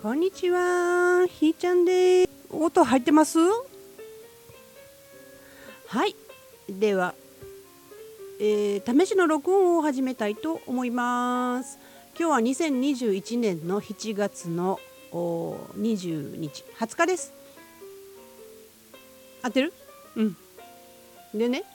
こんにちは、ひーちゃんです。音入ってます？はい。では、試しの録音を始めたいと思います。今日は2021年の7月の20日、20日です。合ってる？うん。でね、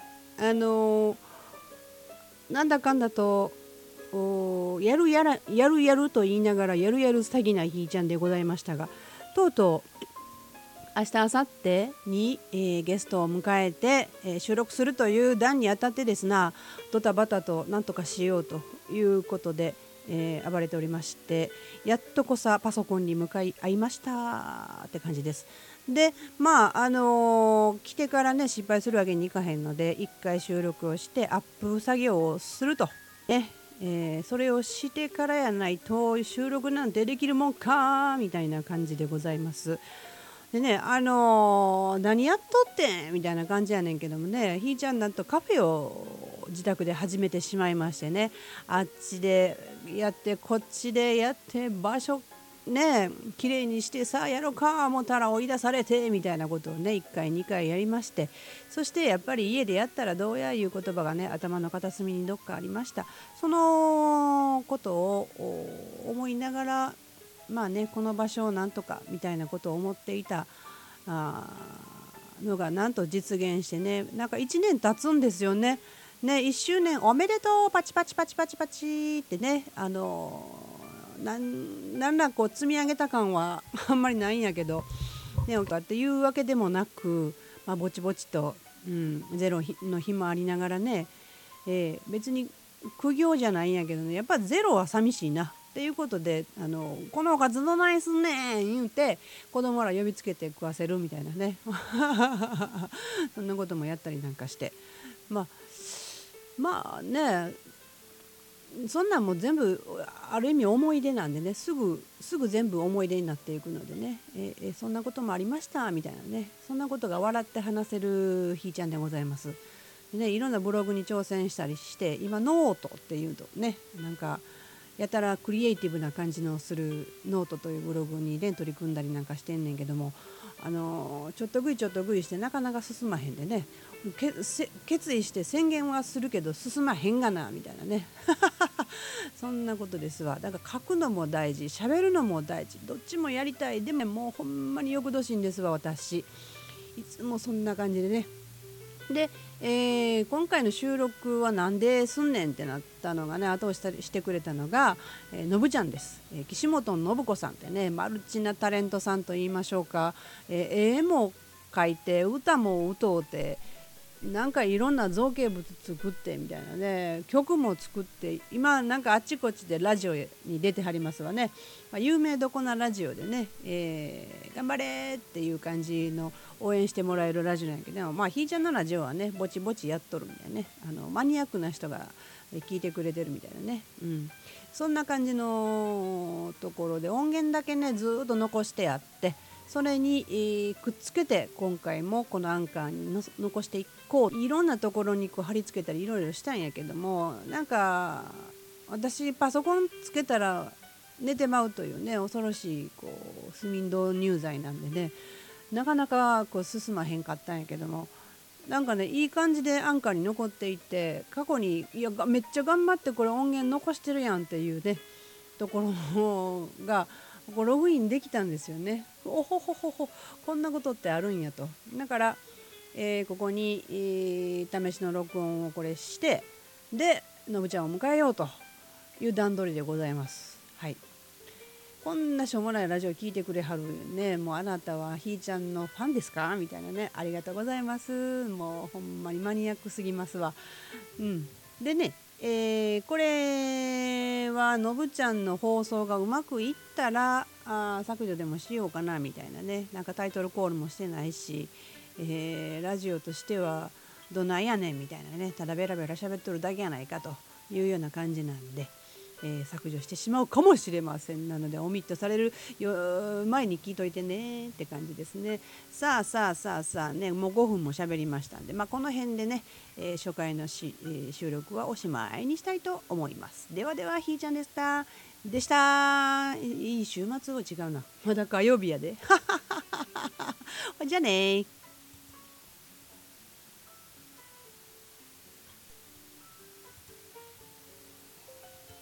なんだかんだとやると言いながらやる詐欺なひーちゃんでございましたが、とうとう明日明後日に、ゲストを迎えて、収録するという段にあたってですな、ドタバタとなんとかしようということで、暴れておりまして、やっとこさパソコンに向かい合いましたって感じです。で来てからね失敗するわけにいかへんので、一回収録をしてアップ作業をするとね、それをしてからやないと収録なんてできるもんかみたいな感じでございます。でね、何やっとってんみたいな感じやねんけどもね、ひーちゃんなんとカフェを自宅で始めてしまいましてね、あっちでやってこっちでやって場所ね綺麗にしてさあやろうか思ったら追い出されてみたいなことをね1回2回やりまして、そしてやっぱり家でやったらどうやいう言葉がね頭の片隅にどっかありました。そのことを思いながらこの場所をなんとかみたいなことを思っていたのがなんと実現してね、なんか1年経つんですよね。1周年おめでとうパチパチパチパチパチってね、なんらこう積み上げた感はあんまりないんやけど、ね、っていうわけでもなく、ぼちぼちと、ゼロの日もありながらね、別に苦行じゃないんやけどね、やっぱゼロは寂しいなっていうことで、この数どないすんねん言うて子供ら呼びつけて食わせるみたいなねそんなこともやったりなんかして、まあね、そんなんも全部ある意味思い出なんでね、すぐ全部思い出になっていくのでね、そんなこともありましたみたいなね、そんなことが笑って話せるひーちゃんでございます。でね、いろんなブログに挑戦したりして、今ノートっていうとね、なんかやたらクリエイティブな感じのするノートというブログに取り組んだりなんかしてんねんけども、ちょっとぐいしてなかなか進まへんでね、決意して宣言はするけど進まへんがなみたいなねそんなことですわ。だから書くのも大事、喋るのも大事、どっちもやりたい。でももうほんまに欲しいんですわ私、いつもそんな感じでね。で、今回の収録はなんですんねんってなったのがね、後押ししてくれたのが、のぶちゃんです。岸本信子さんってね、マルチなタレントさんと言いましょうか、絵も描いて歌も歌うて、なんかいろんな造形物作ってみたいなね、曲も作って、今なんかあっちこっちでラジオに出てはりますわね。有名どこなラジオでね、頑張れっていう感じの応援してもらえるラジオなんやけど、ひーちゃんのラジオはねぼちぼちやっとるみたいなね、マニアックな人が聞いてくれてるみたいなね、そんな感じのところで音源だけねずっと残してあって、それに、くっつけて今回もこのアンカーに残していこう、いろんなところにこう貼り付けたりいろいろしたんやけども、なんか私パソコンつけたら寝てまうというね恐ろしいこう睡眠導入剤なんでね、なかなかこう進まへんかったんやけども、なんかねいい感じでアンカーに残っていて、過去にめっちゃ頑張ってこれ音源残してるやんっていうねところがこうログインできたんですよね。おほほほほ、こんなことってあるんやと。だから、ここに、試しの録音をこれして、でのぶちゃんを迎えようという段取りでございます。はい。こんなしょうもないラジオ聞いてくれはるね、もうあなたはひーちゃんのファンですかみたいなね、ありがとうございます。もうほんまにマニアックすぎますわ。でね、これはのぶちゃんの放送がうまくいったら削除でもしようかなみたいなね、なんかタイトルコールもしてないし、ラジオとしてはどないやねんみたいなね、ただベラベラ喋っとるだけやないかというような感じなんで、削除してしまうかもしれません。なのでオミットされる前に聞いといてねって感じですね。さあね、もう5分も喋りましたんで、この辺でね、初回の収録はおしまいにしたいと思います。ではひーちゃんでした。いい週末は違うな。まだ火曜日やで。じゃあねー。